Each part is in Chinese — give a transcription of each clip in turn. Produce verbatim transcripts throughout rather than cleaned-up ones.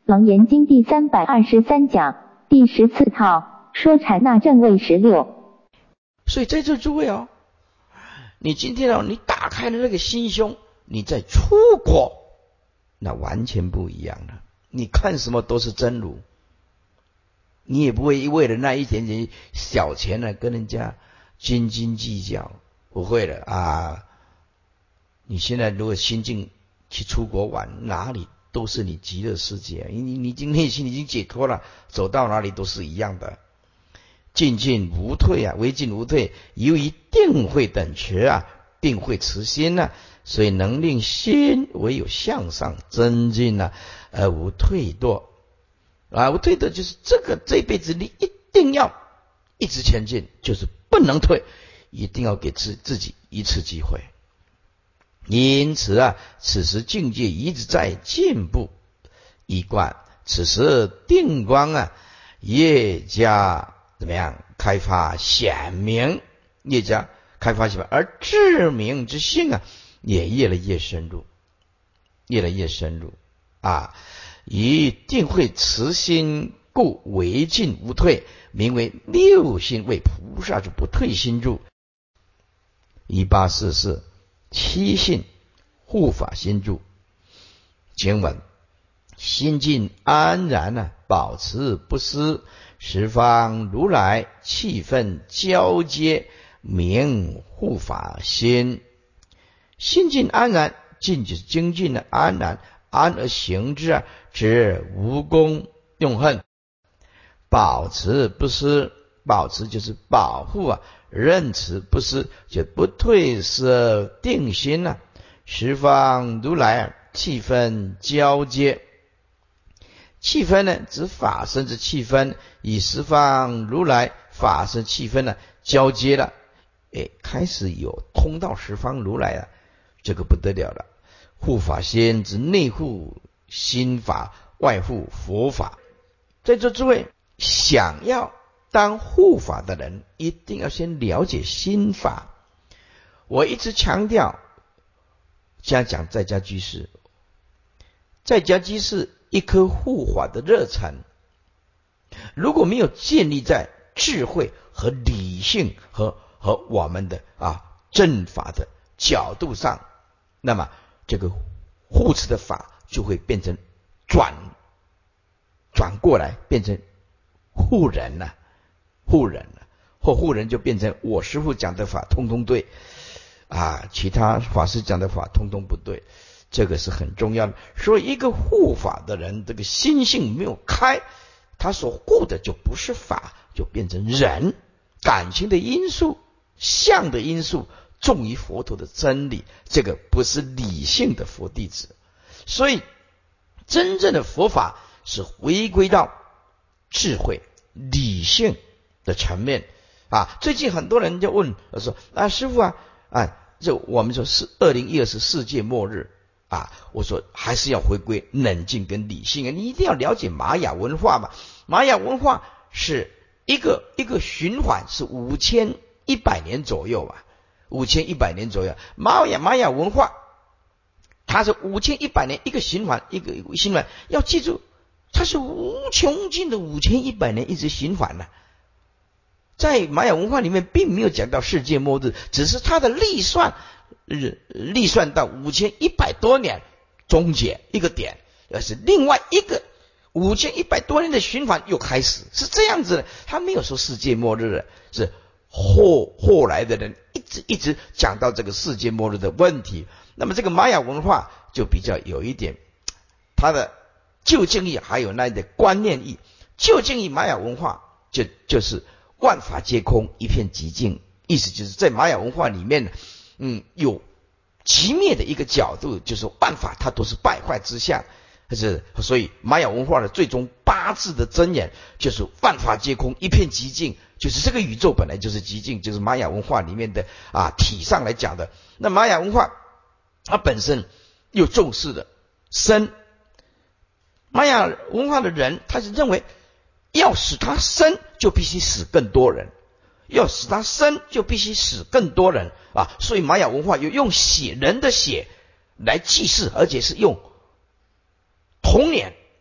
楞严经第三百二十三讲第十四套说禅那正位十六。 所以在这诸位哦，你今天哦，你打开了那个心胸，你在出国，那完全不一样了。你看什么都是真如，你也不会为了那一点点小钱呢跟人家斤斤计较，不会的啊。你现在如果心境去出国玩，哪里都是你极乐世界，你你你已经内心已经解脱了，走到哪里都是一样的。进进无退啊，唯进无退，由于定慧等持啊，定慧持心啊，所以能令心唯有向上增进啊，而无退堕啊。无退堕就是这个这辈子你一定要一直前进，就是不能退，一定要给自自己一次机会。因此啊，此时境界一直在进步，一贯此时定光啊，越加怎么样开发显明，越加开发显明，而智明之性啊，也越来越深入，越来越深入啊。以定慧持心故唯进无退，名为六心为菩萨之不退心住。一八四四七信护法心住。经文：心静安然啊，保持不失，十方如来气氛交接，名护法心。心静安然，静就是精进的安然，安而行之啊，指无功用恨，保持不失，保持就是保护啊，任持不失，就不退失定心啊。十方如来气氛交接，气氛呢指法身之气氛，以十方如来法身气氛呢交接了，哎，开始有通到十方如来了，这个不得了了。护法心之内护心法，外护佛法。在座诸位，想要当护法的人，一定要先了解心法。我一直强调，现在讲在家居士，在家居士一颗护法的热忱，如果没有建立在智慧和理性和和我们的啊正法的角度上，那么这个护持的法就会变成转转过来，变成护人了、啊，护人了、啊，或护人就变成我师父讲的法通通对啊，其他法师讲的法通通不对，这个是很重要的。所以一个护法的人，这个心性没有开，他所护的就不是法，就变成人，感情的因素、相的因素重于佛陀的真理，这个不是理性的佛弟子。所以真正的佛法是回归到智慧、理性的层面啊。最近很多人就问说啊，师父啊，啊，就我们说是二零一二是世界末日啊，我说还是要回归冷静跟理性啊，你一定要了解玛雅文化嘛。玛雅文化是一个一个循环，是五千一百年左右吧，五千一百年左右。玛雅玛雅文化，它是五千一百年一个循环，一个循环，要记住，它是无穷尽的五千一百年一直循环呢、啊。在玛雅文化里面并没有讲到世界末日，只是它的历算历算到五千一百多年终结一个点，而是另外一个五千一百多年的循环又开始，是这样子的。他没有说世界末日了，是后后来的人一直一直讲到这个世界末日的问题。那么这个玛雅文化就比较有一点它的究竟义，还有那一点观念义。究竟义玛雅文化就就是万法皆空，一片寂静，意思就是在玛雅文化里面，嗯，有极灭的一个角度，就是万法它都是败坏之相，是所以玛雅文化的最终八字的真言就是万法皆空，一片寂静，就是这个宇宙本来就是寂静，就是玛雅文化里面的啊体上来讲的。那玛雅文化它本身又重视的生，玛雅文化的人他是认为要使他生就必须死更多人，要使他生就必须死更多人啊！所以玛雅文化有用血人的血来祭祀，而且是用童年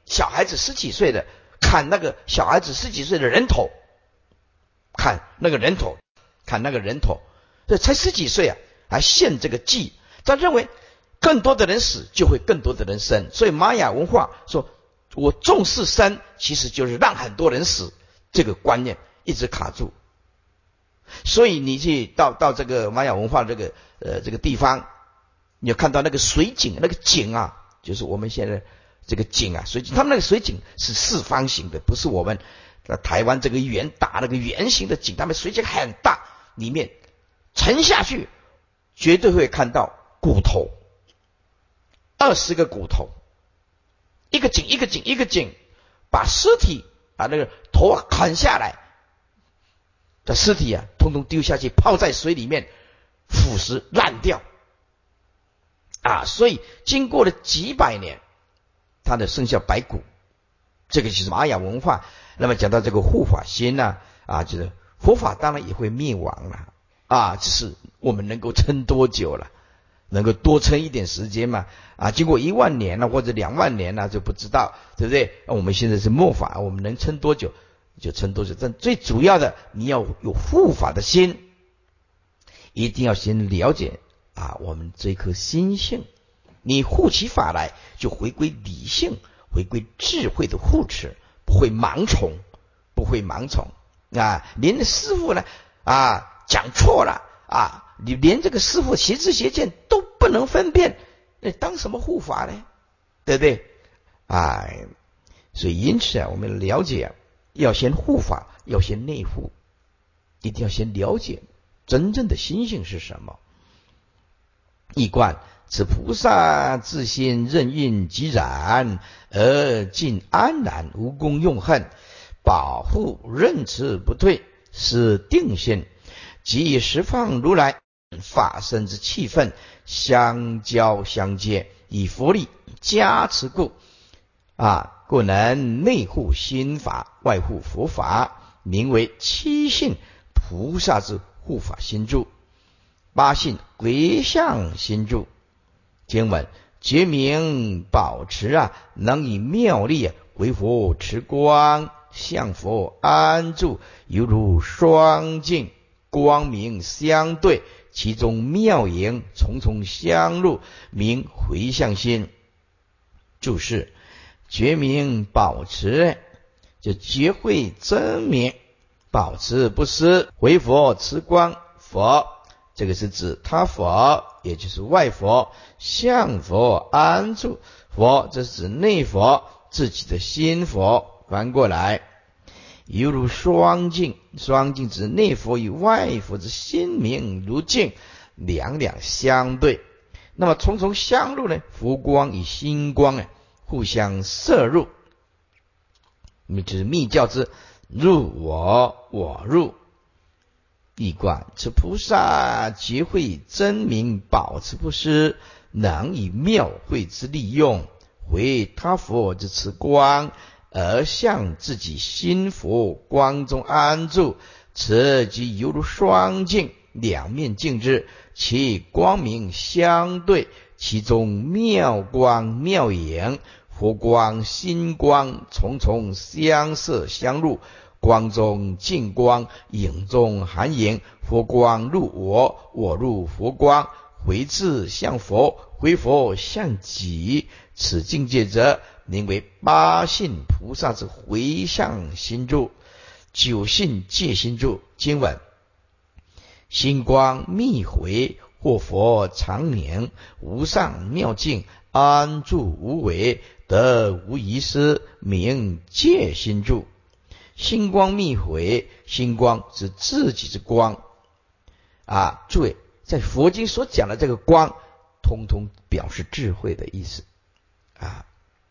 小孩子十几岁的砍那个小孩子十几岁的人头，砍那个人头，砍那个人头，这才十几岁啊，还献这个祭。他认为更多的人死，就会更多的人生。所以玛雅文化说，我重视生，其实就是让很多人死，这个观念一直卡住。所以你去到到这个玛雅文化这个呃这个地方，你有看到那个水井，那个井啊，就是我们现在这个井啊，水井，他们那个水井是四方形的，不是我们台湾这个圆打那个圆形的井，他们水井很大，里面沉下去绝对会看到骨头，二十个骨头，一个井一个井一个井，把尸体把那个头啊砍下来，把尸体啊通通丢下去，泡在水里面腐蚀烂掉啊！所以经过了几百年，它的剩下白骨，这个就是玛雅文化。那么讲到这个护法心呢、啊，啊，就是佛法当然也会灭亡了啊，只是我们能够撑多久了，能够多撑一点时间嘛？啊，经过一万年了或者两万年了就不知道，对不对？我们现在是末法，我们能撑多久就撑多久。但最主要的，你要有护法的心，一定要先了解啊，我们这颗心性，你护起法来，就回归理性，回归智慧的护持，不会盲从，不会盲从啊！连师父呢啊讲错了啊，你连这个师父邪知邪见都不能分辨，那当什么护法呢？对不对？哎，所以因此啊，我们了解、啊、要先护法，要先内护，一定要先了解真正的心性是什么。一观此菩萨自心任运即然，而尽安然，无功用恨，保护任持不退，是定心，即以十方如来法身之气氛相交相接，以佛力加持故啊，故能内护心法，外护佛法，名为七信菩萨之护法心住，八信回向心住。经文觉明保持啊，能以妙力啊为佛持光，向佛安住，犹如双镜，光明相对，其中妙影重重相入，名回向心。注释：觉明保持，就觉会真明，保持不失，为佛持光。佛这个是指他佛，也就是外佛，向佛安住。佛这是指内佛，自己的心佛。翻过来，犹如双镜，双镜指内佛与外佛之心明如镜，两两相对。那么重重相入呢？佛光与心光呢，互相摄入。你就是密教之入我，我入。一观此菩萨觉会真明，保持不失，能以妙慧之利用，回他佛之持光，而向自己心佛光中安住。此即犹如双镜，两面镜之，其光明相对，其中妙光妙影，佛光心光重重相摄相入。光中净光，影中含影，佛光入我，我入佛光，回自向佛，回佛向己。此境界者，名为八信菩萨之回向心住，九信戒心住。经文：心光密回，或佛常年，无上妙境，安住无为，得无遗失，名戒心住。心光密回，心光指自己之光啊！诸位，在佛经所讲的这个光，通通表示智慧的意思啊。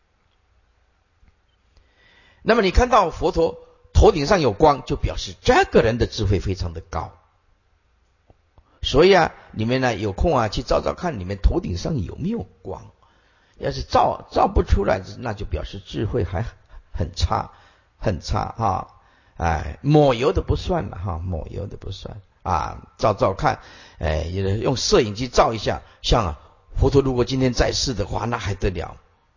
那么你看到佛陀头顶上有光，就表示这个人的智慧非常的高。所以啊，你们呢有空啊去照照看，你们头顶上有没有光？要是照照不出来，那就表示智慧还很差。很差哈，哎，抹油的不算了哈，抹油的不算啊，照照看，哎，用摄影机照一下，像佛陀如果今天在世的话，那还得了，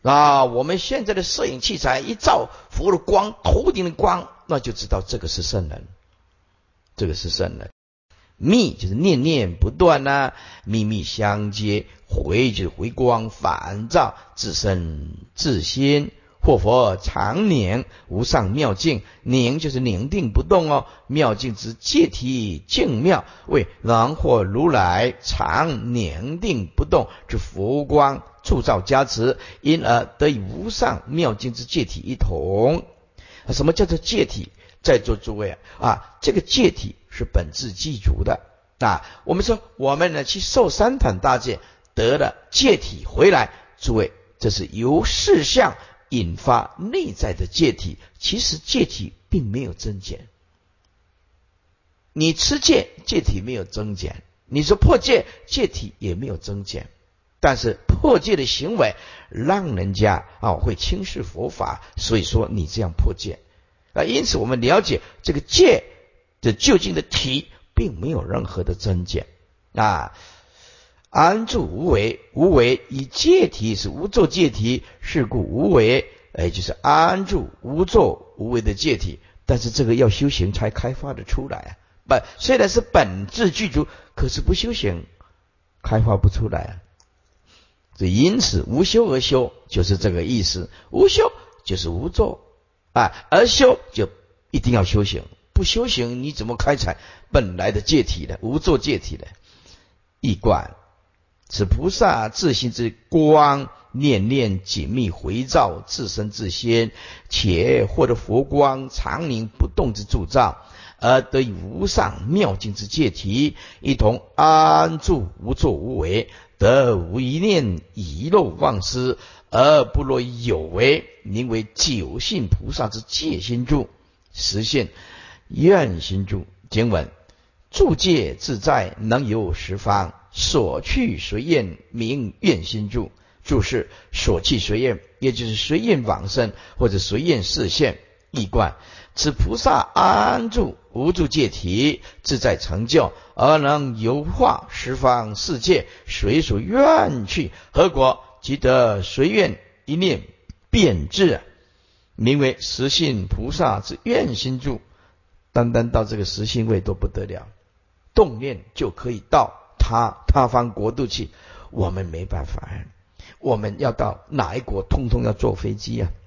啊，我们现在的摄影器材一照佛的光，头顶的光，那就知道这个是圣人，这个是圣人。密就是念念不断呐、啊，密密相接，回就是回光返照，自生自心。或佛常宁无上妙境，宁就是宁定不动哦，妙境之戒体净妙，为能获如来常宁定不动之佛光铸造加持，因而得以无上妙境之戒体一同。什么叫做戒体？在座诸位啊，啊，这个戒体是本自具足的啊。我们说我们呢去受三坛大戒，得了戒体回来，诸位，这是由事相引发内在的戒体，其实戒体并没有增减。你持戒，戒体没有增减；你说破戒，戒体也没有增减。但是破戒的行为让人家啊会轻视佛法，所以说你这样破戒啊。因此我们了解这个戒的究竟的体，并没有任何的增减啊。安住无为，无为以戒体是无作戒体，是故无为，哎，就是安住无作无为的戒体。但是这个要修行才开发的出来啊。不，虽然是本质具足，可是不修行开发不出来啊。所以因此无修而修就是这个意思，无修就是无作啊，而修就一定要修行，不修行你怎么开采本来的戒体呢？无作戒体呢？一观此菩萨自性之光，念念紧密回照，自生自先，且获得佛光常宁不动之铸造，而得以无上妙境之戒体，一同安住无作无为，得无一念遗漏忘失，而不落有为，名为九性菩萨之戒心住，实现愿心住。经文：住戒自在，能游十方，所去随愿，名愿心住。注释：所去随愿，也就是随愿往生或者随愿示现。义观：此菩萨安住无住戒体，自在成就，而能游化十方世界，随所愿去，何果？即得随愿一念变智，名为实性菩萨之愿心住。单单到这个实性位都不得了，动念就可以到他他方国度去。我们没办法，我们要到哪一国，通通要坐飞机啊！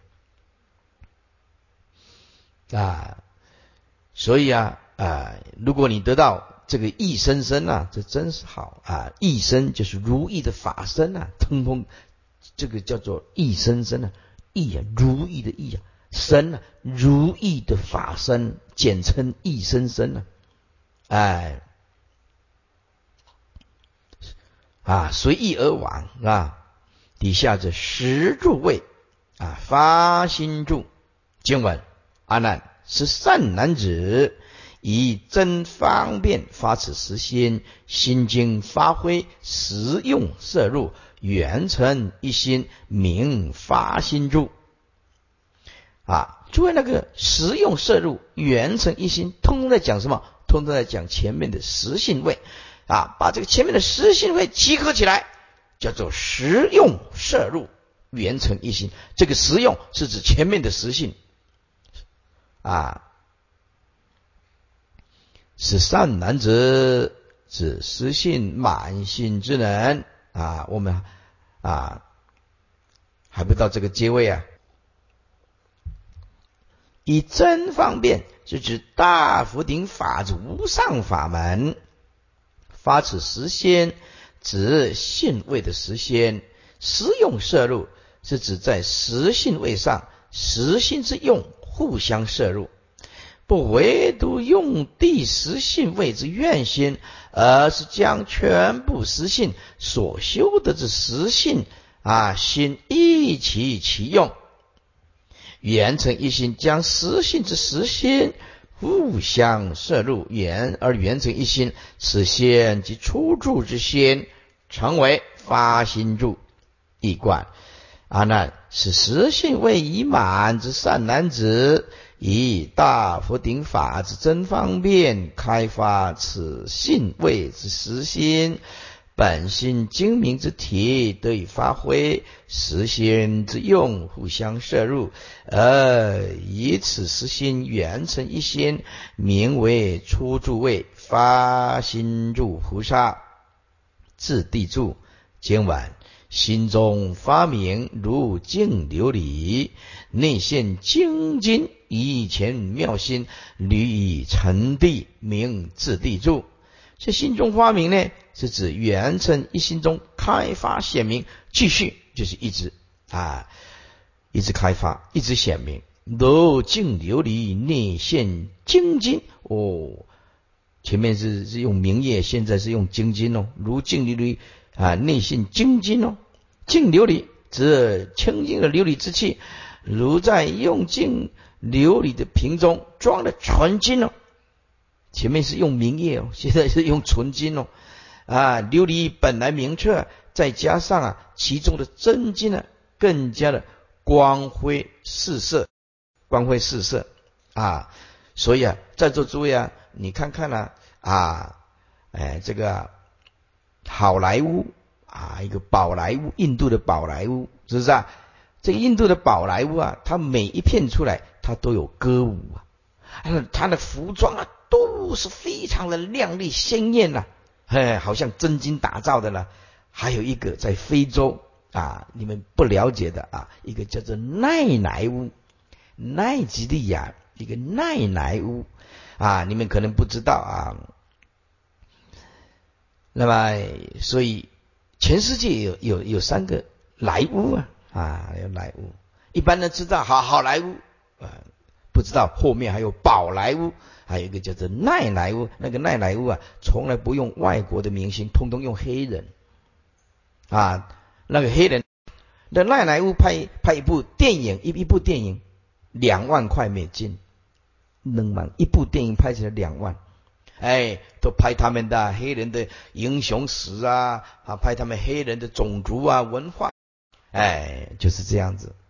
啊，所以啊啊，如果你得到这个意生生啊，这真是好啊！意生就是如意的法身啊，通通这个叫做意生生啊，意啊，如意的意啊，身啊，如意的法身，简称意生生啊，哎。啊，随意而往啊！底下这十住位啊，发心住。经文：阿难，是善男子以真方便发此实心，心经发挥实用摄入，圆成一心，名发心住。啊，诸位那个实用摄入、圆成一心，通通在讲什么？通通在讲前面的实性位。啊，把这个前面的实性位集合起来，叫做实用摄入，圆成一心。这个实用是指前面的实性啊，是善男子指实性满心之人啊。我们啊还不到这个阶位啊。以真方便是指大福顶法之无上法门。发此实先，指性位的实先。实用摄入是指在实性位上，实心之用互相摄入，不唯独用第实性位之愿心，而是将全部实性所修的之实性啊心一起其用，圆成一心，将实性之实心互相摄入，圆而圆成一心，此先即初住之先，成为发心住。义观：阿难，是实性位已满之善男子，以大佛顶法之真方便，开发此性位之实心， 本心精明之体得以发挥，实心之用互相摄入，而以此实心圆成一心，名为初住位发心住菩萨。自地住经文，心中发明如净琉璃，内现精金，以前妙心，履以沉地，名自地住。这心中发明呢，是指圆成一心中开发显明，继续就是一直啊，一直开发，一直显明。如净琉璃内现精金哦，前面是是用明液，现在是用精金哦。如净琉璃啊，内现精金哦。净琉璃指清净的琉璃之气，如在用净琉璃的瓶中装了纯金哦。前面是用明液哦，现在是用纯金哦。啊，琉璃本来明澈，再加上啊其中的真金呢，更加的光辉四射，光辉四射啊。所以啊，在座诸位啊，你看看啊啊，哎，这个好莱坞啊，一个宝莱坞，印度的宝莱坞，是不是啊？这个印度的宝莱坞啊，它每一片出来，它都有歌舞啊，它的服装啊，都是非常的亮丽鲜艳呐、啊，嘿，好像真金打造的了。还有一个在非洲啊，你们不了解的啊，一个叫做奈莱坞，奈及利亚一个奈莱坞啊，你们可能不知道啊。那么，所以全世界有有有三个莱坞啊啊，有莱坞。一般人知道好好莱坞啊，不知道后面还有宝莱坞，还有一个叫做奈莱坞。那个奈莱坞啊，从来不用外国的明星，通通用黑人啊。那个黑人，那奈莱坞拍拍一部电影，一一部电影两万块美金，能吗？一部电影拍起来两万。哎，都拍他们的黑人的英雄史啊，啊，拍他们黑人的种族啊、文化，哎，就是这样子。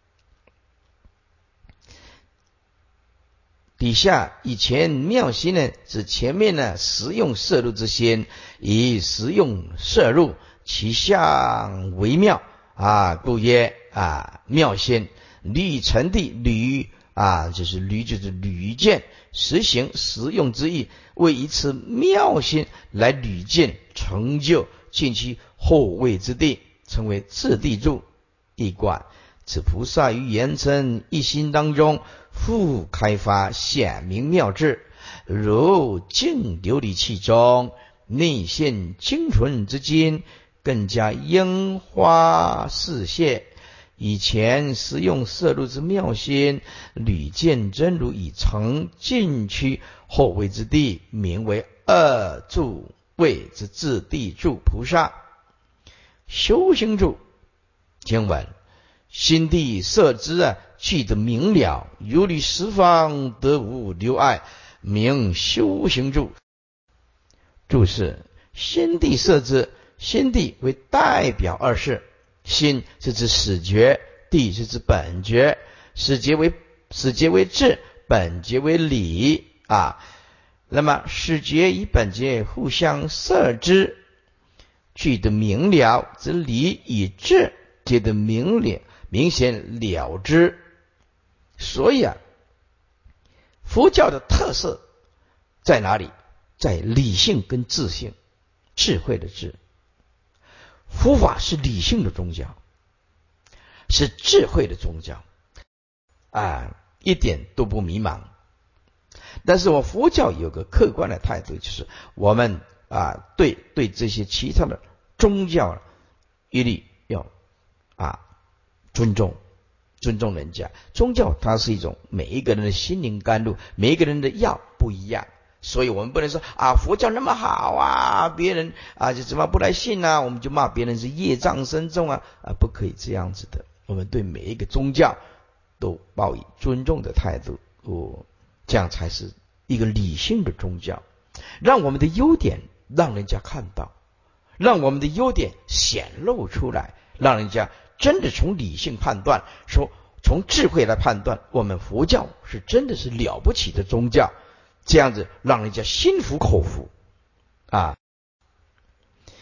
底下以前妙心呢，指前面呢实用摄入之心，以实用摄入，其相为妙啊，故曰啊妙心。履成地履啊，就是履就是履见，实行实用之意，为一次妙心来履见成就尽其后位之地，称为自地住。一观此菩萨于圆成一心当中，复开发显明妙智，如净琉璃器中内现精纯之金，更加樱花四谢。以前实用摄入之妙心，屡见真如已成尽趋后位之地，名为二住位之自地住菩萨。修行住经文，心地摄之啊，去得明了，如履十方得无留碍，名修行住。注释：心地摄之，心地为代表二事。心是指始觉，地是指本觉，始觉为始觉为智，本觉为理啊。那么始觉与本觉互相摄之，去得明了，则理与智觉得明了，明显了之。所以啊，佛教的特色在哪里？在理性跟智性，智慧的智。佛法是理性的宗教，是智慧的宗教啊，一点都不迷茫。但是我佛教有个客观的态度，就是我们啊，对对这些其他的宗教一律要啊尊重，尊重人家。宗教它是一种每一个人的心灵甘露，每一个人的药不一样。所以我们不能说啊，佛教那么好啊，别人啊就怎么不来信啊，我们就骂别人是业障深重啊，啊，不可以这样子的。我们对每一个宗教都抱以尊重的态度，哦，这样才是一个理性的宗教，让我们的优点让人家看到，让我们的优点显露出来，让人家真的从理性判断，说从智慧来判断，我们佛教是真的是了不起的宗教。这样子让人家心服口服啊。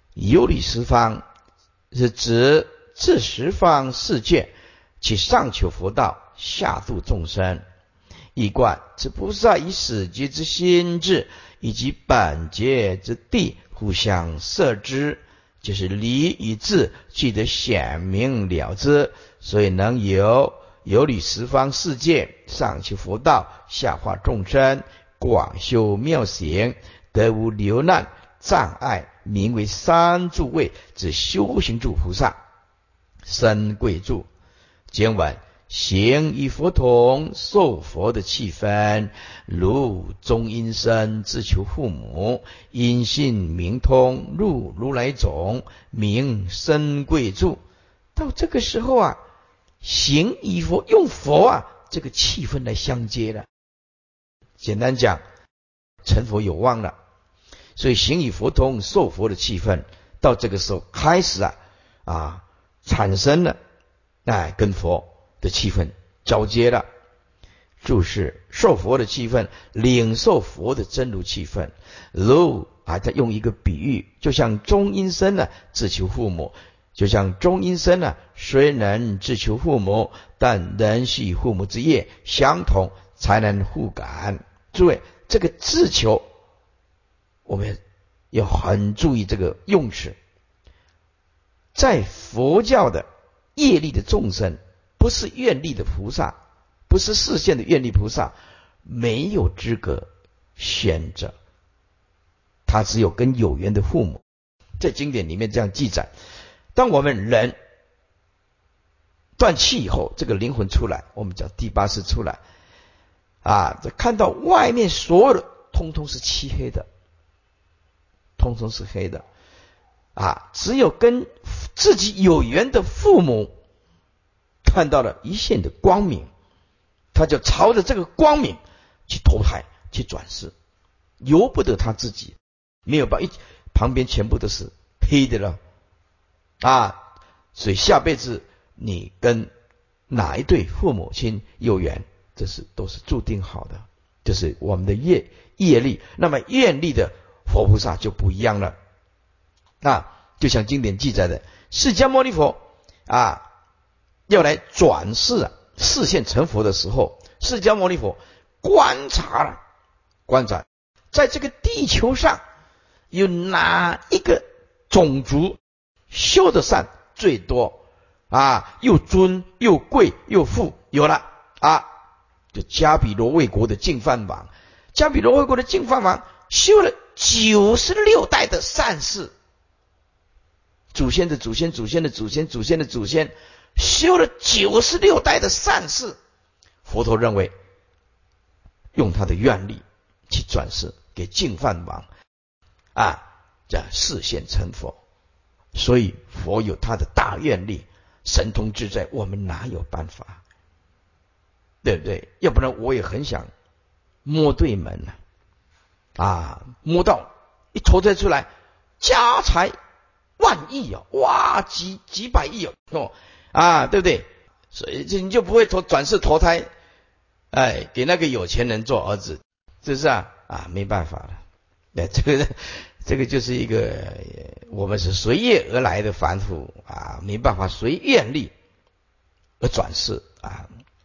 有理十方是指这十方世界，其上求佛道，下度众生。一观此菩萨以始觉之心智以及本觉之地互相摄之，就是理与智具得显明了之，所以能有有理十方世界，上求佛道，下化众生，广修妙行，得无流难障碍，名为三助位之修行助菩萨。深贵助经文，行与佛同，受佛的气氛，如中阴身自求父母，因信明通，入如来种，名深贵助。到这个时候啊，行与佛用佛啊这个气氛来相接了。简单讲，成佛有望了。所以行与佛同，受佛的气氛，到这个时候开始啊啊产生了，哎，跟佛的气氛交接了。就是受佛的气氛，领受佛的真如气氛。如啊，再用一个比喻，就像中阴身呢、啊、自求父母，就像中阴身呢、啊、虽能自求父母，但仍系父母之业相同，才能互感。诸位，这个自求我们要很注意这个用词。在佛教的业力的众生，不是愿力的菩萨，不是示现的愿力菩萨，没有资格选择，他只有跟有缘的父母。在经典里面这样记载，当我们人断气以后，这个灵魂出来，我们讲第八识出来啊，看到外面所有的通通是漆黑的，通通是黑的啊，只有跟自己有缘的父母看到了一线的光明，他就朝着这个光明去投胎，去转世，由不得他自己，没有办法，旁边全部都是黑的了啊！所以下辈子你跟哪一对父母亲有缘，这是都是注定好的，这是我们的业业力。那么愿力的佛菩萨就不一样了。那就像经典记载的，释迦牟尼佛啊，要来转世啊，示现成佛的时候，释迦牟尼佛观察了，观察在这个地球上有哪一个种族修的善最多啊，又尊又贵又富，有了啊，就迦毗罗卫国的净饭王。迦毗罗卫国的净饭王修了九十六代的善事，祖先的祖先祖先的祖先祖先的祖先修了九十六代的善事，佛陀认为用他的愿力去转世给净饭王啊，这样示现成佛。所以佛有他的大愿力，神通自在，我们哪有办法？对不对？要不然我也很想摸对门啊，啊摸到一投胎出来家财万亿哦，哇，几几百亿哦，啊，对不对？所以你就不会投转世投胎，哎，给那个有钱人做儿子，是不是啊？啊，没办法了，哎，这个这个就是一个我们是随业而来的凡夫啊，没办法随愿力而转世啊。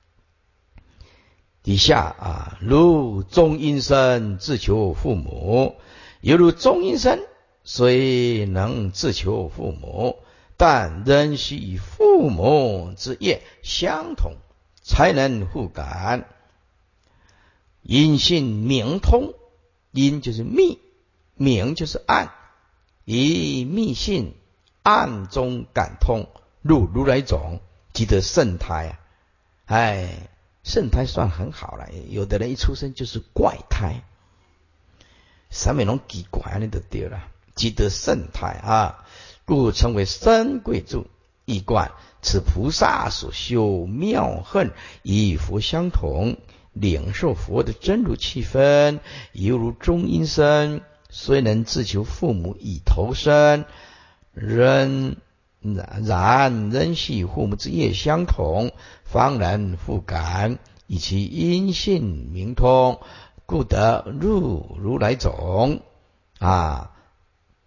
底下啊，如中阴身自求父母，犹如中阴身虽能自求父母，但仍须与父母之业相同，才能互感。因信明通，因就是密，明就是暗，以密信暗中感通，入如来种，即得圣胎啊！哎，圣胎算很好了，有的人一出生就是怪胎，三美龙奇怪那就对了，即得圣胎啊，故称为深贵助。一观此菩萨所修妙恨与佛相同，领受佛的真如气氛，犹如中阴身虽能自求父母以投生，仍然仍系父母之业相同，方能互感，以其因信明通，故得入如来种啊，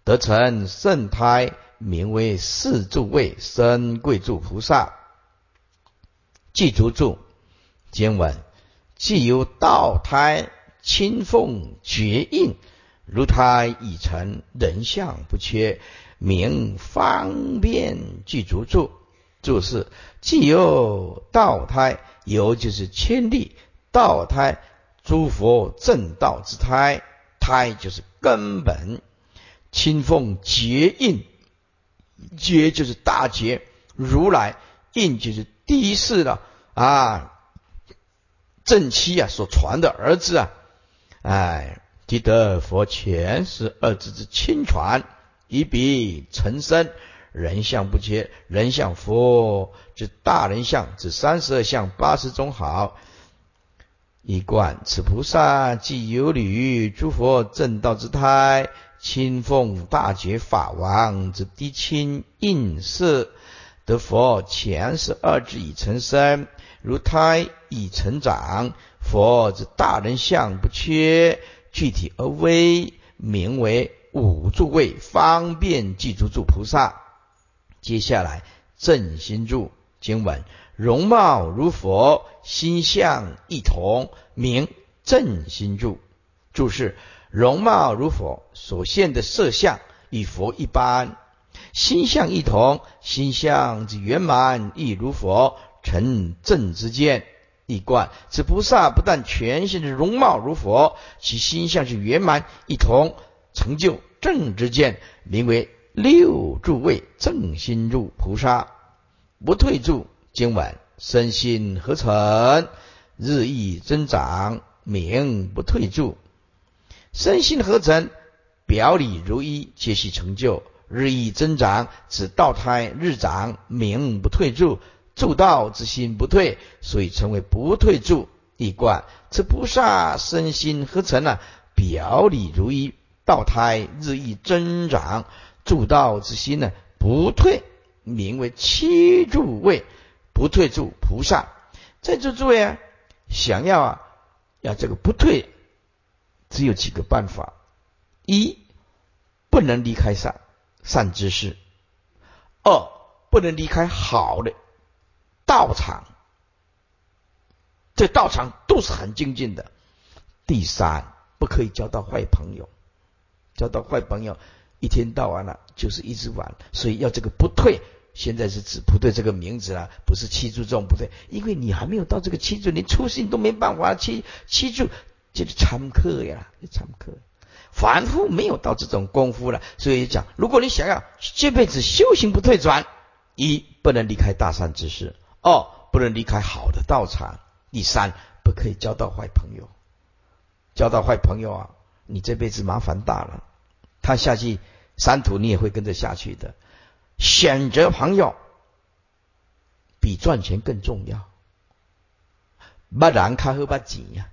得成圣胎，名为四诸位生贵住菩萨。具足注经文：既有道胎，亲奉绝印，如胎已成，人相不缺，名方便具足注。注释：既有道胎，有就是千历，道胎诸佛正道之胎，胎就是根本。亲奉结印，结就是大结，如来印就是第一世了啊，正期啊所传的儿子啊，哎，即得佛前世二字之亲传，以彼成身，人相不缺，人相佛之大人相，指三十二相八十种好。一观此菩萨既有履诸佛正道之胎，亲奉大觉法王之嫡亲印色，得佛前世二字已成身，如胎已成长，佛之大人相不缺，具体而微，名为五诸位方便具足住菩萨。接下来正心住经文：容貌如佛，心相异同，名正心住。注释：容貌如佛，所现的色相与佛一般；心相异同，心相之圆满亦如佛，成正之见。一观此菩萨不但全现的容貌如佛，其心相是圆满一同，成就正之见，名为六诸位正心住菩萨。不退住经文：身心合成，日益增长，名不退住。身心合成，表里如一，皆系成就；日益增长，指道胎日长，名不退住。住道之心不退，所以称为不退住。一观此菩萨身心合成啊，表里如一，道胎日益增长，住道之心呢不退，名为七住位不退住菩萨。在这诸位啊，想要啊要这个不退，只有几个办法：一，不能离开善善知识；二，不能离开好的道场，这道场都是很精进的；第三，不可以交到坏朋友，交到坏朋友一天到晚了就是一直玩，所以要这个不退。现在是指不对这个名字啦，不是七住这种不对，因为你还没有到这个七住，连初心都没办法。七七住就是参课呀，参课，凡夫没有到这种功夫了，所以讲，如果你想要这辈子修行不退转，一，不能离开大善知识；二，不能离开好的道场；第三，不可以交到坏朋友。交到坏朋友啊，你这辈子麻烦大了，他下去山途你也会跟着下去的。选择朋友比赚钱更重要。捌人较好捌钱呀，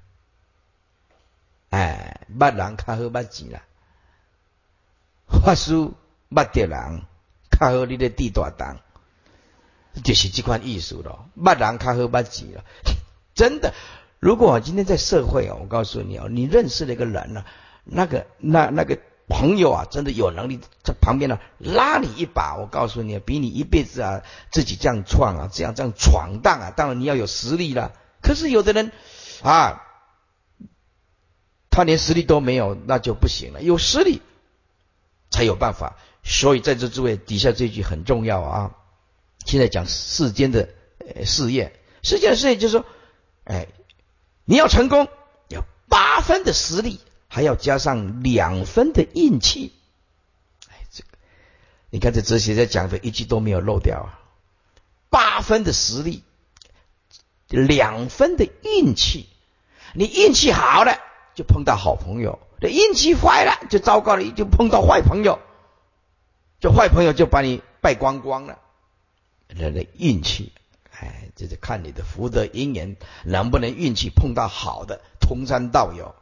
哎，捌人较好捌钱啦。法师捌着人较好，你咧地大当，就是这款意思咯。捌人较好捌钱了，真的。如果今天在社会啊，我告诉你哦，你认识了一个人呢、啊，那个那那个朋友啊，真的有能力在旁边呢、啊、拉你一把，我告诉你，比你一辈子啊自己这样闯啊，这样这样闯荡啊，当然你要有实力了。可是有的人啊，他连实力都没有，那就不行了。有实力才有办法。所以在这诸位底下这句很重要啊。现在讲世间的、呃、事业，世间的事业就是说，哎，你要成功，要八分的实力。还要加上两分的运气，哎，这个你看这哲学家讲的一句都没有漏掉啊。八分的实力，两分的运气。你运气好了，就碰到好朋友；你运气坏了，就糟糕了，就碰到坏朋友。就坏朋友就把你败光光了。人的运气，哎，这就看你的福德因缘能不能运气碰到好的同山道友。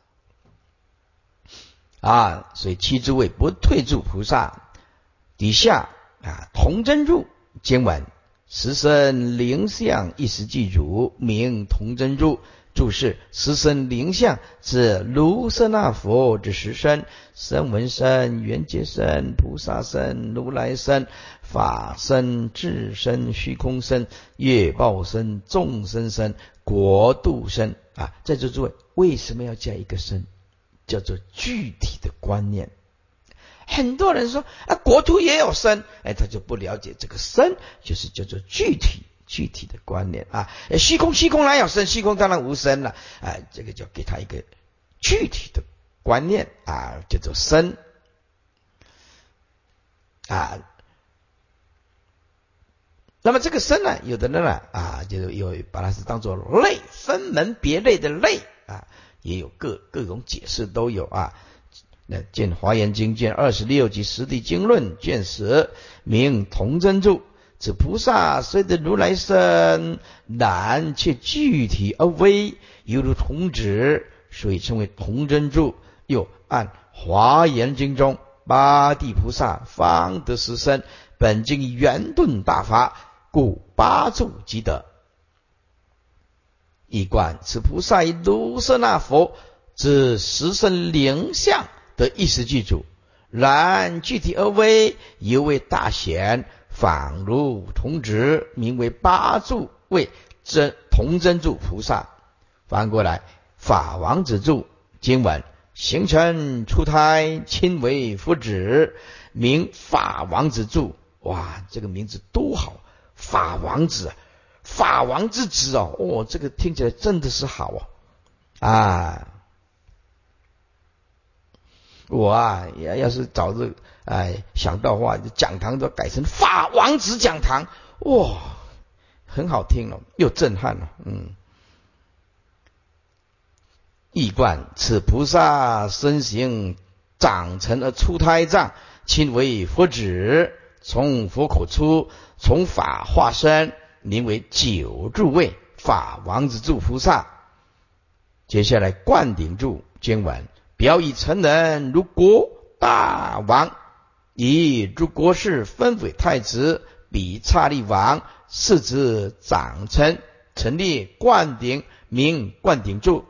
啊，所以七诸位不退住菩萨底下啊，同真入经文， 十身灵相一时记住，名同真住。注释：十身灵相指卢舍那佛之十身，声闻身、缘觉身、菩萨身、如来身、法身、智身、虚空身、业报身、众生身、国度身啊！在这诸位，为什么要加一个身？叫做具体的观念。很多人说啊，国土也有身，哎，他就不了解这个身，就是叫做具体。具体的观念啊，虚空虚空哪有身？虚空当然无身了啊，这个就给他一个具体的观念啊，叫做身啊。那么这个身呢，有的人呢啊，就有把它是当作类，分门别类的类啊，也有各各种解释都有啊。那见华严经卷二十六及十地经论卷十，名同真住。此菩萨虽得如来身，然却具体而微，犹如同指，所以称为同真住。又按华严经中八地菩萨方得实身，本经圆顿大法，故八住即得。一观此菩萨以卢舍那佛之实身灵相的意识具足，然具体而微，犹为大显，仿如同指，名为八住，为真同真住菩萨。翻过来，法王子住经文：形成出胎，亲为佛子，名法王子住。哇，这个名字多好！法王子，法王之子哦，哦，这个听起来真的是好哦啊！我啊，要是早日哎想到的话，讲堂都改成法王子讲堂，哇，很好听了，又震撼了，嗯。一观此菩萨身形长成而出胎藏，亲为佛子，从佛口出，从法化身，名为九住位法王子住菩萨。接下来灌顶住经文：表以成人如国大王，以诸国事分为太子，比刹利王，是之长成，成立灌顶，名灌顶住。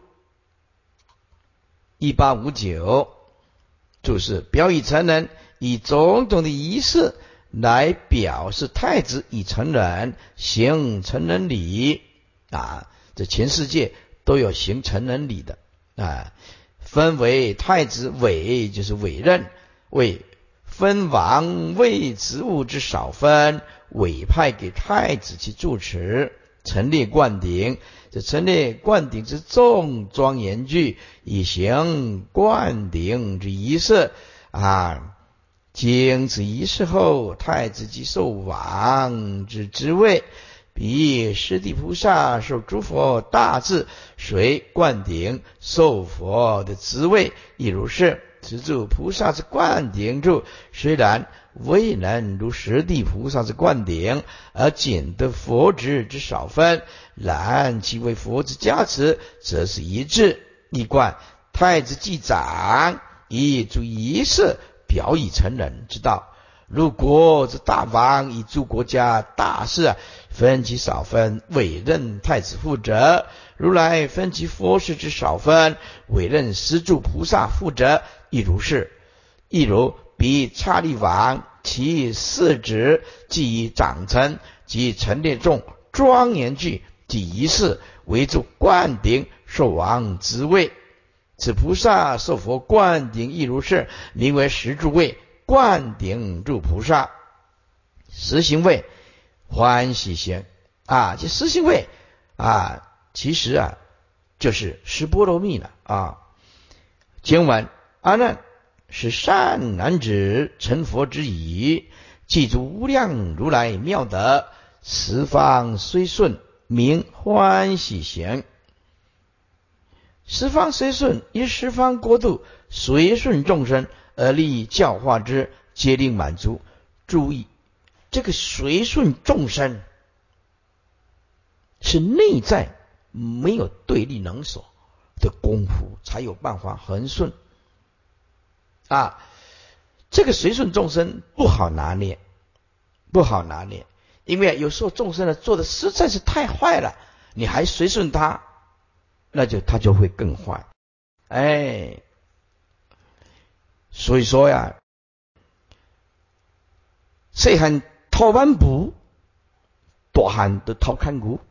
一八五九注释：表以成人，以种种的仪式来表示太子已成人，行成人礼啊，这全世界都有行成人礼的啊。分为太子委，就是委任，为分王位职务之少分，委派给太子去主持，陈列灌顶。这陈列灌顶之众庄严具，以行灌顶之仪式啊。经此仪式后，太子即受王之职位，彼师地菩萨受诸佛大智，随灌顶受佛的职位，亦如是。此住菩萨之灌顶住，虽然未能如十地菩萨之灌顶，而仅得佛职之少分，然其为佛之加持，则是一致。一观太子既长，以诸仪式表以成人之道。如国之大王，以诸国家大事，分其少分，委任太子负责。如来分其佛事之少分，委任十住菩萨负责，亦如是。亦如彼刹利王，其事职既已长成，即陈列众庄严具及仪式，为助灌顶受王职位。此菩萨受佛灌顶亦如是，名为十住位灌顶住菩萨。实行位欢喜行啊，这实行位啊，其实啊就是十波罗蜜了啊。经文：阿难，是善男子成佛之已，记住无量如来妙德，十方虽顺，名欢喜行。十方虽顺，以十方国度随顺众生而利教化之，皆令满足。注意，这个随顺众生是内在没有对立能所的功夫，才有办法恒顺啊。这个随顺众生不好拿捏，不好拿捏。 因为有时候众生呢做的实在是太坏了，你还随顺他，那就他就会更坏。哎，所以说呀，细汉偷板布，大汉都偷看骨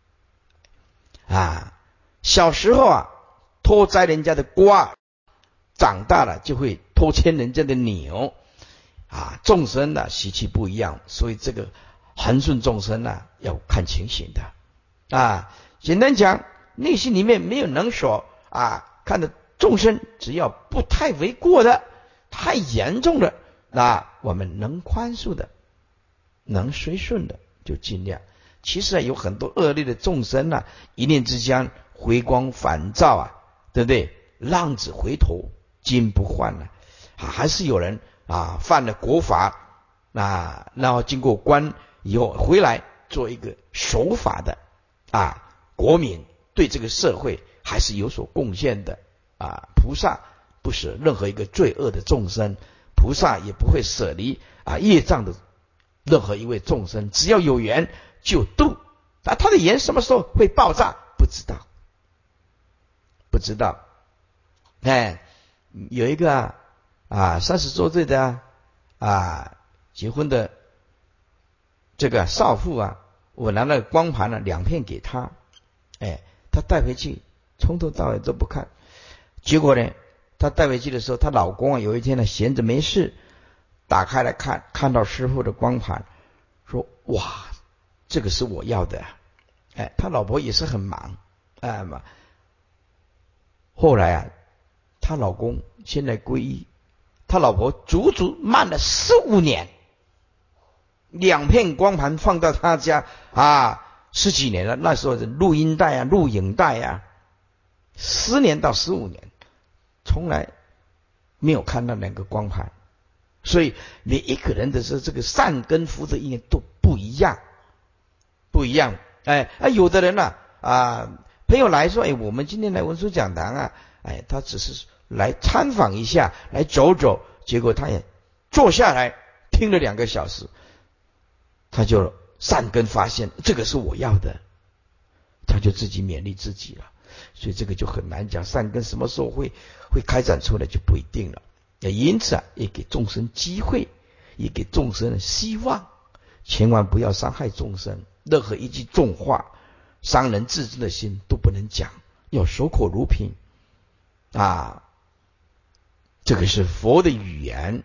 啊。小时候啊偷摘人家的瓜，长大了就会偷牵人家的牛啊。众生呢习气不一样，所以这个恒顺众生呢要看情形的啊。简单讲，内心里面没有能所啊，看的众生只要不太为过的，太严重的，那我们能宽恕的，能随顺的就尽量。其实啊，有很多恶劣的众生啊，一念之间回光返照啊，对不对？浪子回头金不换了啊，还是有人啊犯了国法啊，然后经过关以后回来做一个守法的啊国民，对这个社会还是有所贡献的啊。菩萨不舍任何一个罪恶的众生，菩萨也不会舍离啊业障的任何一位众生，只要有缘就度啊。他的缘什么时候会爆炸？不知道，不知道。哎，有一个啊啊三十多岁的啊啊结婚的这个少妇啊，我拿了光盘了、啊、两片给他，哎，他带回去从头到尾都不看。结果呢，他带回去的时候，她老公啊有一天呢闲着没事，打开来看，看到师父的光盘，说哇，这个是我要的。哎，他老婆也是很忙，哎嘛。后来啊，她老公现在皈依，他老婆足足慢了十五年，两片光盘放到他家啊，十几年了。那时候的录音带啊、录影带啊，十年到十五年，从来没有看到两个光盘。所以每一个人的是这个善根福德因缘都不一样，不一样。哎啊，有的人呢 啊, 啊，朋友来说，哎，我们今天来文殊讲堂啊，哎，他只是来参访一下，来走走，结果他也坐下来听了两个小时，他就善根发现，这个是我要的，他就自己勉励自己了。所以这个就很难讲，善根什么时候会会开展出来就不一定了。也因此啊，也给众生机会，也给众生希望，千万不要伤害众生，任何一句重话伤人自尊的心都不能讲，要守口如瓶啊。这个是佛的语言。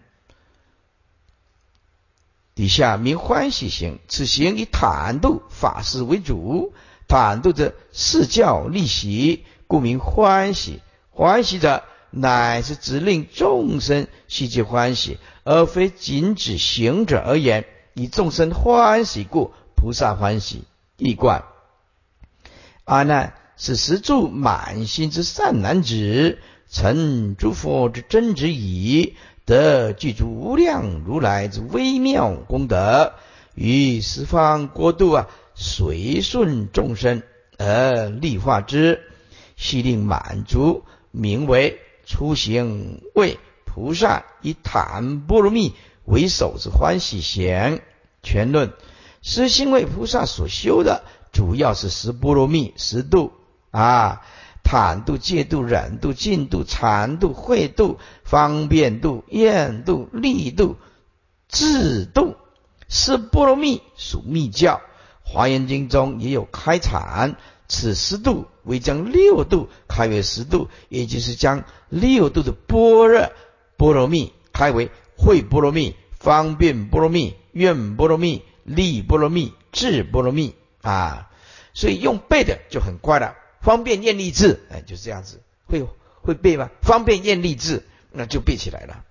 底下名欢喜行，此行以坦度法事为主，坦度者示教利喜，故名欢喜。欢喜者乃是指令众生悉皆欢喜，而非仅指行者而言。以众生欢喜故，菩萨欢喜。义贯：阿难，是实住满心之善男子，成诸佛之真直矣，得具足无量如来之微妙功德，于十方国度啊，随顺众生而利化之，悉令满足，名为出行为菩萨以坦波罗蜜为首之欢喜行。全论：实行为菩萨所修的主要是十波罗蜜、十度啊，坦度、戒度、忍度、净度、禅度、慧度、方便度、厌度、利度、智度。十波罗蜜属密教，华严经中也有开阐，此十度为将六度开为十度，也就是将六度的般若波罗蜜开为慧波罗蜜、方便波罗蜜、愿波罗蜜、利波罗蜜、智波罗蜜啊。所以用背的就很快了，方便愿力智，哎，就是这样子。会会背吗？方便愿力智，那就背起来了。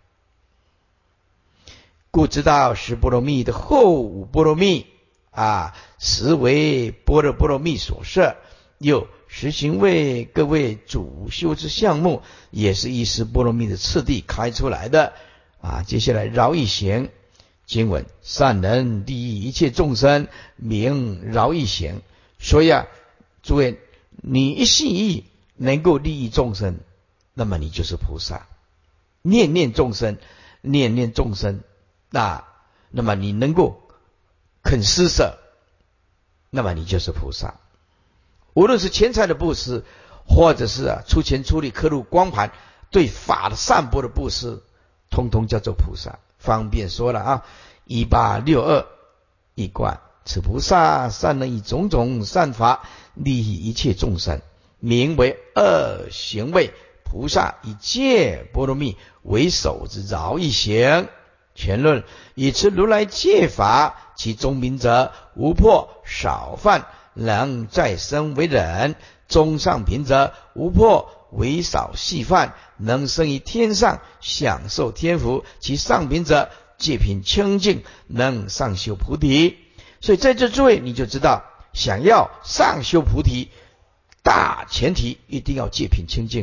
故知道十波罗蜜的后五波罗蜜啊，实为般若波罗蜜所摄。又实行为各位主修之项目，也是依十波罗蜜的次第开出来的啊。接下来饶益行经文：善人利益一切众生，名饶益行。所以啊，诸位，你一心一意能够利益众生，那么你就是菩萨。念念众生，念念众生，那那么你能够肯施舍，那么你就是菩萨。无论是钱财的布施，或者是啊出钱出力刻入光盘，对法的散播的布施，通通叫做菩萨。方便说了啊，一八六二一观，此菩萨善能以种种善法利益一切众生，名为二行位菩萨，以戒波罗蜜为首之饶益行。全论以持如来戒法，其中明者无破少犯，能再生为忍；中上品者无破为少细犯，能生于天上，享受天福；其上品者戒品清净，能上修菩提。所以在这诸位你就知道，想要上修菩提，大前提一定要戒品清净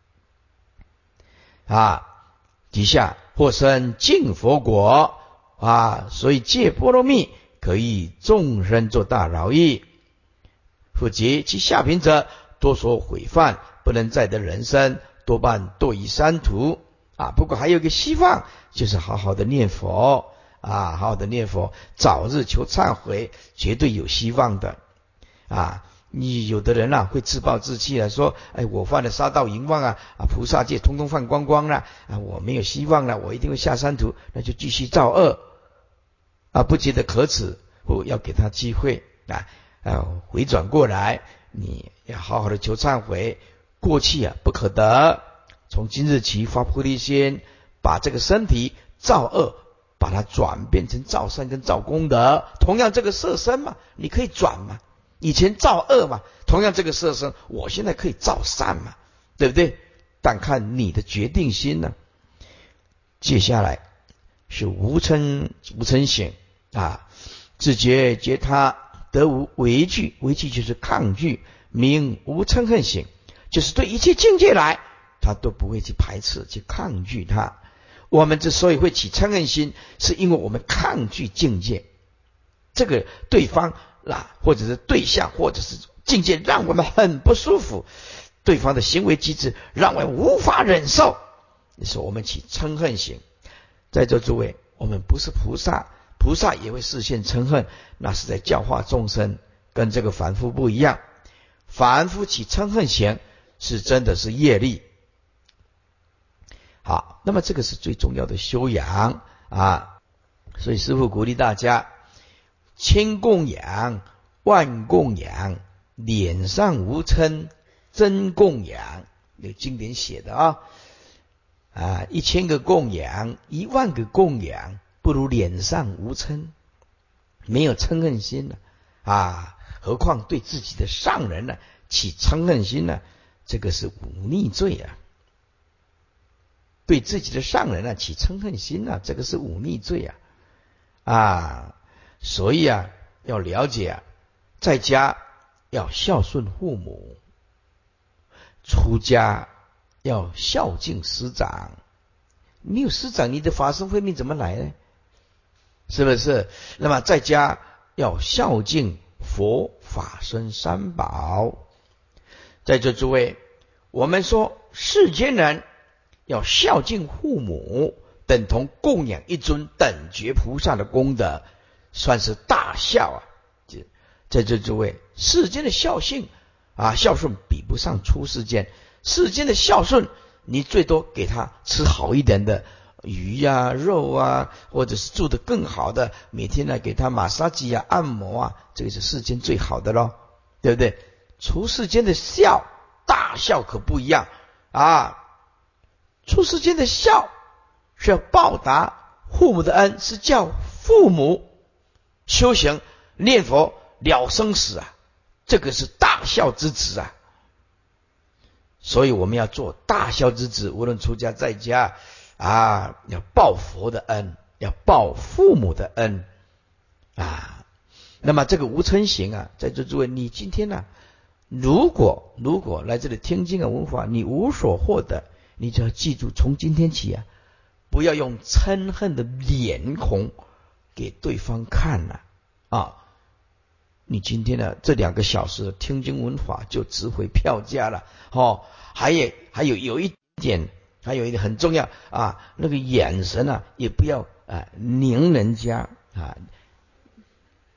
啊。底下或生净佛果啊，所以戒波罗蜜可以众生做大饶益。复及其下品者，多所毁犯，不能再得人生，多半堕于三途啊。不过还有一个希望，就是好好的念佛啊，好好的念佛，早日求忏悔，绝对有希望的啊。你有的人啊会自暴自弃了，说哎，我犯了杀盗淫妄啊啊，菩萨戒通通犯光光了啊，我没有希望了，我一定会下三途，那就继续造恶啊，不觉得可耻，不要给他机会啊啊，回转过来，你要好好的求忏悔，过去啊不可得，从今日起发菩提心，把这个身体造恶，把它转变成造善跟造功德。同样这个色身嘛，你可以转嘛。以前造恶嘛，同样这个色身，我现在可以造善嘛，对不对？但看你的决定心呢、啊。接下来是无嗔无嗔行啊，自觉觉他得无畏惧，畏惧就是抗拒，名无嗔恨行，就是对一切境界来，他都不会去排斥去抗拒它。我们之所以会起嗔恨心，是因为我们抗拒境界，这个对方啊，或者是对象，或者是境界，让我们很不舒服，对方的行为机制让我们无法忍受，也是我们起嗔恨行。在座诸位，我们不是菩萨，菩萨也会示现嗔恨，那是在教化众生，跟这个凡夫不一样。凡夫起嗔恨行是真的是业力。好，那么这个是最重要的修养啊，所以师父鼓励大家，千供养万供养，脸上无嗔真供养，有经典写的啊啊，一千个供养，一万个供养，不如脸上无嗔，没有嗔恨心了啊！何况对自己的上人呢、啊、起嗔恨心呢、啊，这个是忤逆罪啊！对自己的上人啊起嗔恨心啊，这个是忤逆罪啊！啊，所以啊，要了解啊，在家要孝顺父母，出家要孝敬师长。没有师长，你的法身慧命怎么来呢？是不是？那么在家要孝敬佛法僧三宝。在这诸位，我们说世间人要孝敬父母，等同供养一尊等觉菩萨的功德，算是大孝啊！在这诸位，世间的孝性啊，孝顺比不上出世间。世间的孝顺，你最多给他吃好一点的鱼啊、肉啊，或者是住得更好的，每天呢给他马杀鸡啊、按摩啊，这个是世间最好的咯，对不对？出世间的孝，大孝可不一样啊！出世间的孝是要报答父母的恩，是叫父母修行念佛了生死啊，这个是大孝之子啊！所以我们要做大孝之子，无论出家在家啊，要报佛的恩，要报父母的恩啊。那么这个无嗔行啊，在座诸位，你今天呢、啊，如果如果来这里听经啊闻法，你无所获得，你就要记住，从今天起啊，不要用嗔恨的脸孔给对方看了 啊, 啊。你今天的这两个小时听经闻法就值回票价了哦。还有还有有一点，还有一点很重要啊，那个眼神啊，也不要啊拧人家啊。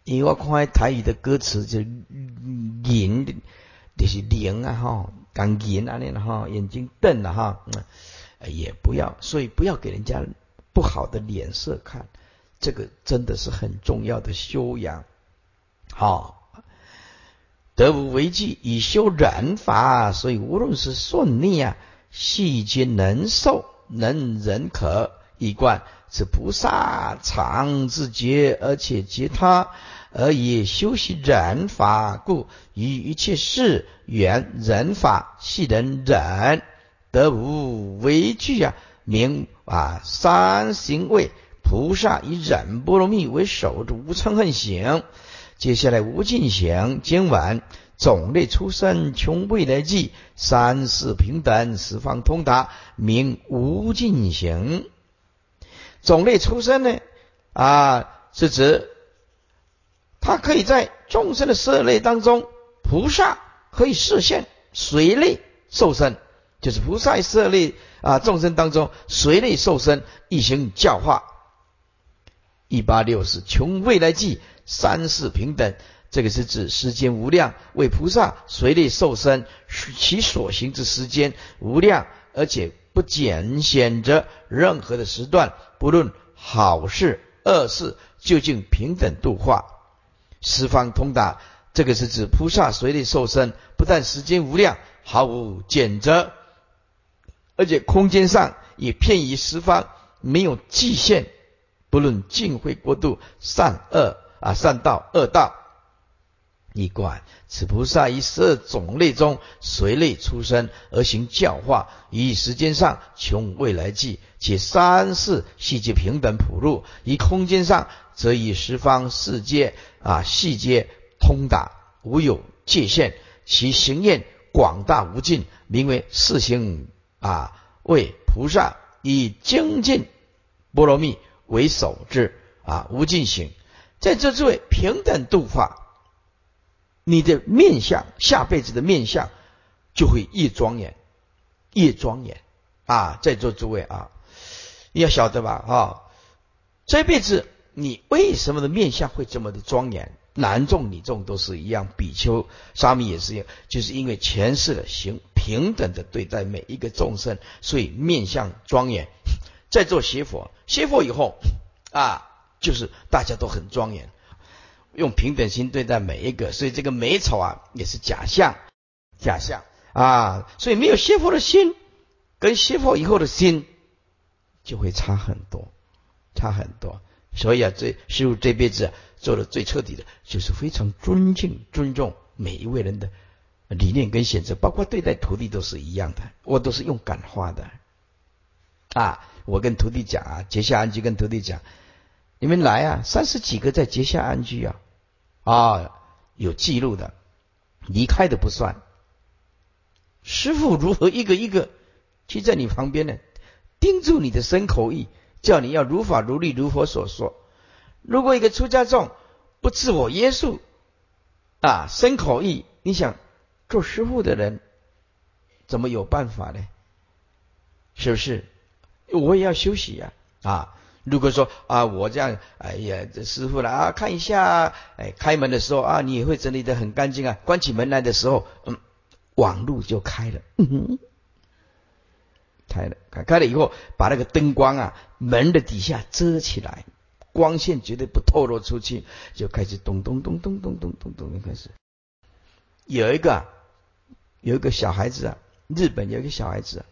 因为我看台语的歌词就银，就是灵啊哈，讲银啊那哈，眼睛瞪了哈，也不要，所以不要给人家不好的脸色看，这个真的是很重要的修养。好，得无为具，以修忍法，所以无论是顺逆啊，细皆能受，能忍可一贯。此菩萨常自觉，而且觉他，而以修习忍法，故于一切事缘忍法，系能忍，得无为具啊，名啊三行位。菩萨以忍波罗蜜为首的无嗔恨行。接下来无尽行经文，种类出身，穷未来际，三世平等，十方通达，名无尽行。种类出身呢啊，是指它可以在众生的色类当中，菩萨可以示现随类受身，就是菩萨色类啊众生当中随类受身，一行教化。一八六是穷未来际，三世平等，这个是指时间无量，为菩萨随类受身，其所行之时间无量，而且不减选择任何的时段，不论好事恶事，究竟平等度化，十方通达。这个是指菩萨随类受身，不但时间无量，毫无减责，而且空间上也遍于十方，没有极限，不论净慧国度，善恶啊，善道恶道，一观此菩萨以十二种类中随类出身而行教化，以时间上穷未来际，且三世细节平等普入；以空间上则以十方世界啊细节通达，无有界限，其行愿广大无尽，名为四行啊，为菩萨以精进波罗蜜为首之啊无尽行。在这之位平等度化，你的面相，下辈子的面相就会越庄严，越庄严啊！在座诸位啊，你要晓得吧？啊，这辈子你为什么的面相会这么的庄严？男众女众都是一样，比丘沙弥也是一样，就是因为前世的行平等的对待每一个众生，所以面相庄严。在做学佛，学佛以后啊，就是大家都很庄严。用平等心对待每一个，所以这个美丑啊也是假象，假象啊，所以没有学佛的心跟学佛以后的心就会差很多，差很多。所以啊，这师父这辈子、啊、做的最彻底的，就是非常尊敬、尊重每一位人的理念跟选择，包括对待徒弟都是一样的，我都是用感化的啊。我跟徒弟讲啊，结下安居跟徒弟讲，你们来啊，三十几个在结下安居啊。啊，有记录的，离开的不算。师父如何一个一个去在你旁边呢，盯住你的身口意，叫你要如法如律如佛所说。如果一个出家众不自我约束啊，身口意，你想做师父的人怎么有办法呢？是不是？我也要休息呀 啊, 啊如果说啊，我这样，哎呀，这师父了啊，看一下，哎，开门的时候啊，你也会整理得很干净啊。关起门来的时候，嗯，网路就开了，嗯哼，开了，开开了以后，把那个灯光啊，门的底下遮起来，光线绝对不透露出去，就开始咚咚咚咚咚咚咚咚开始。有一个，有一个小孩子啊，日本有一个小孩子啊。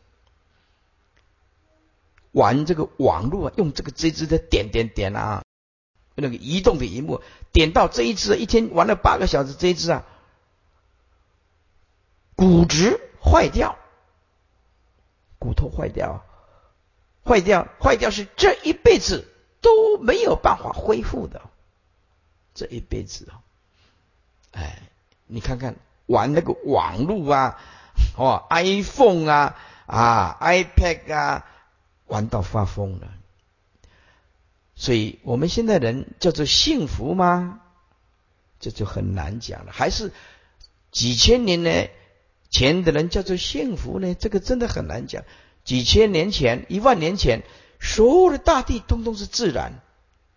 玩这个网络啊，用这个这一支的点点点啊，那个移动的萤幕点到这一支，一天玩了八个小时，这一支啊，骨质坏掉，骨头坏掉，坏掉，坏掉是这一辈子都没有办法恢复的，这一辈子哦，哎，你看看玩那个网络啊，哦 ，iPhone 啊，啊 ，iPad 啊。玩到发疯了，所以我们现在人叫做幸福吗？这就很难讲了。还是几千年呢前的人叫做幸福呢？这个真的很难讲。几千年前、一万年前，所有的大地通通是自然，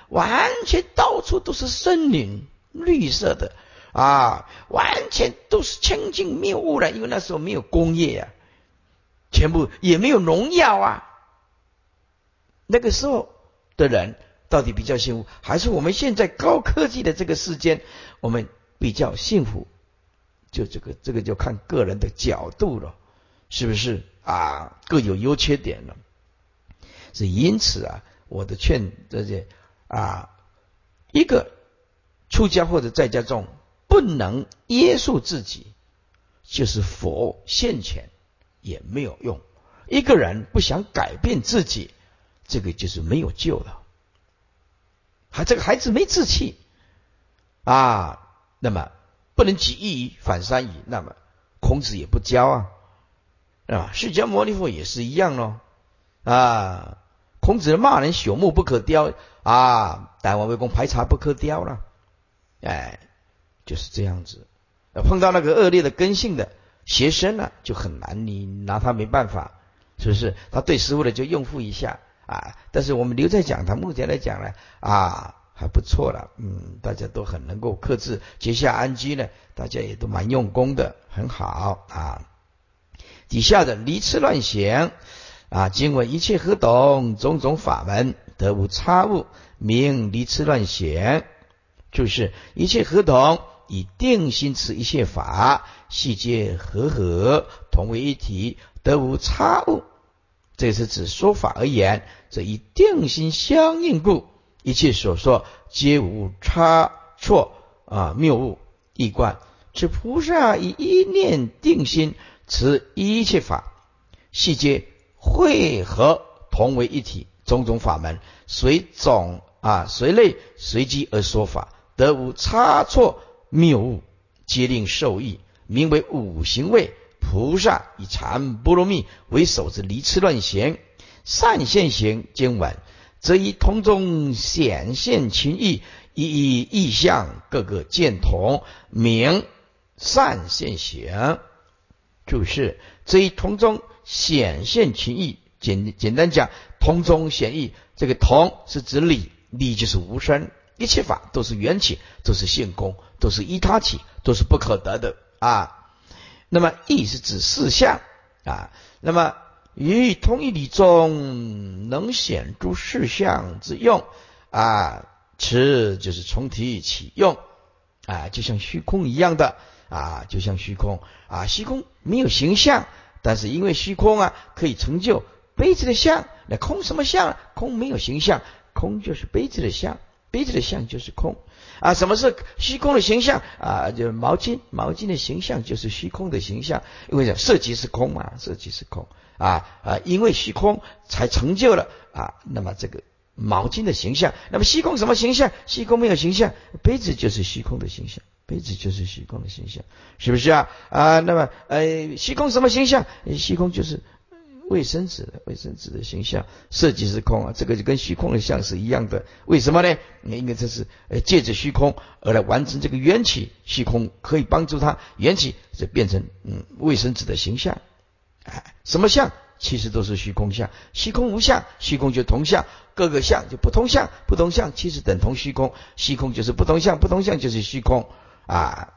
完全到处都是森林，绿色的啊，完全都是清净没有污染，因为那时候没有工业啊，全部也没有农药啊。那个时候的人到底比较幸福，还是我们现在高科技的这个世间我们比较幸福？就这个这个就看个人的角度了，是不是啊？各有优缺点了。是因此啊，我的劝这些啊，一个出家或者在家众不能约束自己，就是佛现前也没有用。一个人不想改变自己，这个就是没有救了。还这个孩子没志气啊，那么不能举一隅反三隅，那么孔子也不教啊，啊，释迦牟尼佛也是一样咯啊。孔子骂人朽木不可雕啊，大王为公排茶不可雕了，哎，就是这样子。碰到那个恶劣的根性的学生呢，就很难，你拿他没办法，是不是？他对师父的就应付一下啊。但是我们留在讲堂，目前来讲呢，啊，还不错了，嗯，大家都很能够克制，结下安居呢，大家也都蛮用功的，很好啊。底下的离痴乱想。啊，经文一切何懂，种种法门得无差误，名离痴乱想。就是一切何懂，以定心持一切法，细皆和合，同为一体，得无差误。这是指说法而言，这以定心相应故，一切所说皆无差错啊谬误异观。此菩萨以一念定心持一切法，细皆汇合同为一体，种种法门随种啊随类随机而说法，得无差错谬误，皆令受益，名为五行位。菩萨以禅波罗蜜为首之离痴乱想，善现行经文，则以通中显现情义，一一意象各个见同，名善现行。就是这一通中显现情义，简简单讲，通中显义，这个通是指理，理就是无生，一切法都是缘起，都是性空，都是依他起，都是不可得的啊。那么义是指事相啊，那么于通义理中能显诸事相之用啊，此就是从体起用啊，就像虚空一样的啊，就像虚空啊，虚空没有形象，但是因为虚空啊，可以成就杯子的相。那空什么相？空没有形象，空就是杯子的相，杯子的相就是空啊。什么是虚空的形象啊？就毛巾，毛巾的形象就是虚空的形象，因为色即是空嘛，色即是空啊啊，因为虚空才成就了啊。那么这个毛巾的形象，那么虚空什么形象？虚空没有形象，杯子就是虚空的形象，杯子就是虚空的形象，是不是啊？啊，那么呃，虚空什么形象？虚空就是卫生纸的卫生纸的形象，色即是空啊，这个就跟虚空的相是一样的。为什么呢？因为这是呃借着虚空而来完成这个缘起，虚空可以帮助它缘起，就变成嗯卫生纸的形象。哎，什么相？其实都是虚空相，虚空无相，虚空就同相，各个相就不同相，不同相其实等同虚空，虚空就是不同相，不同相就是虚空啊。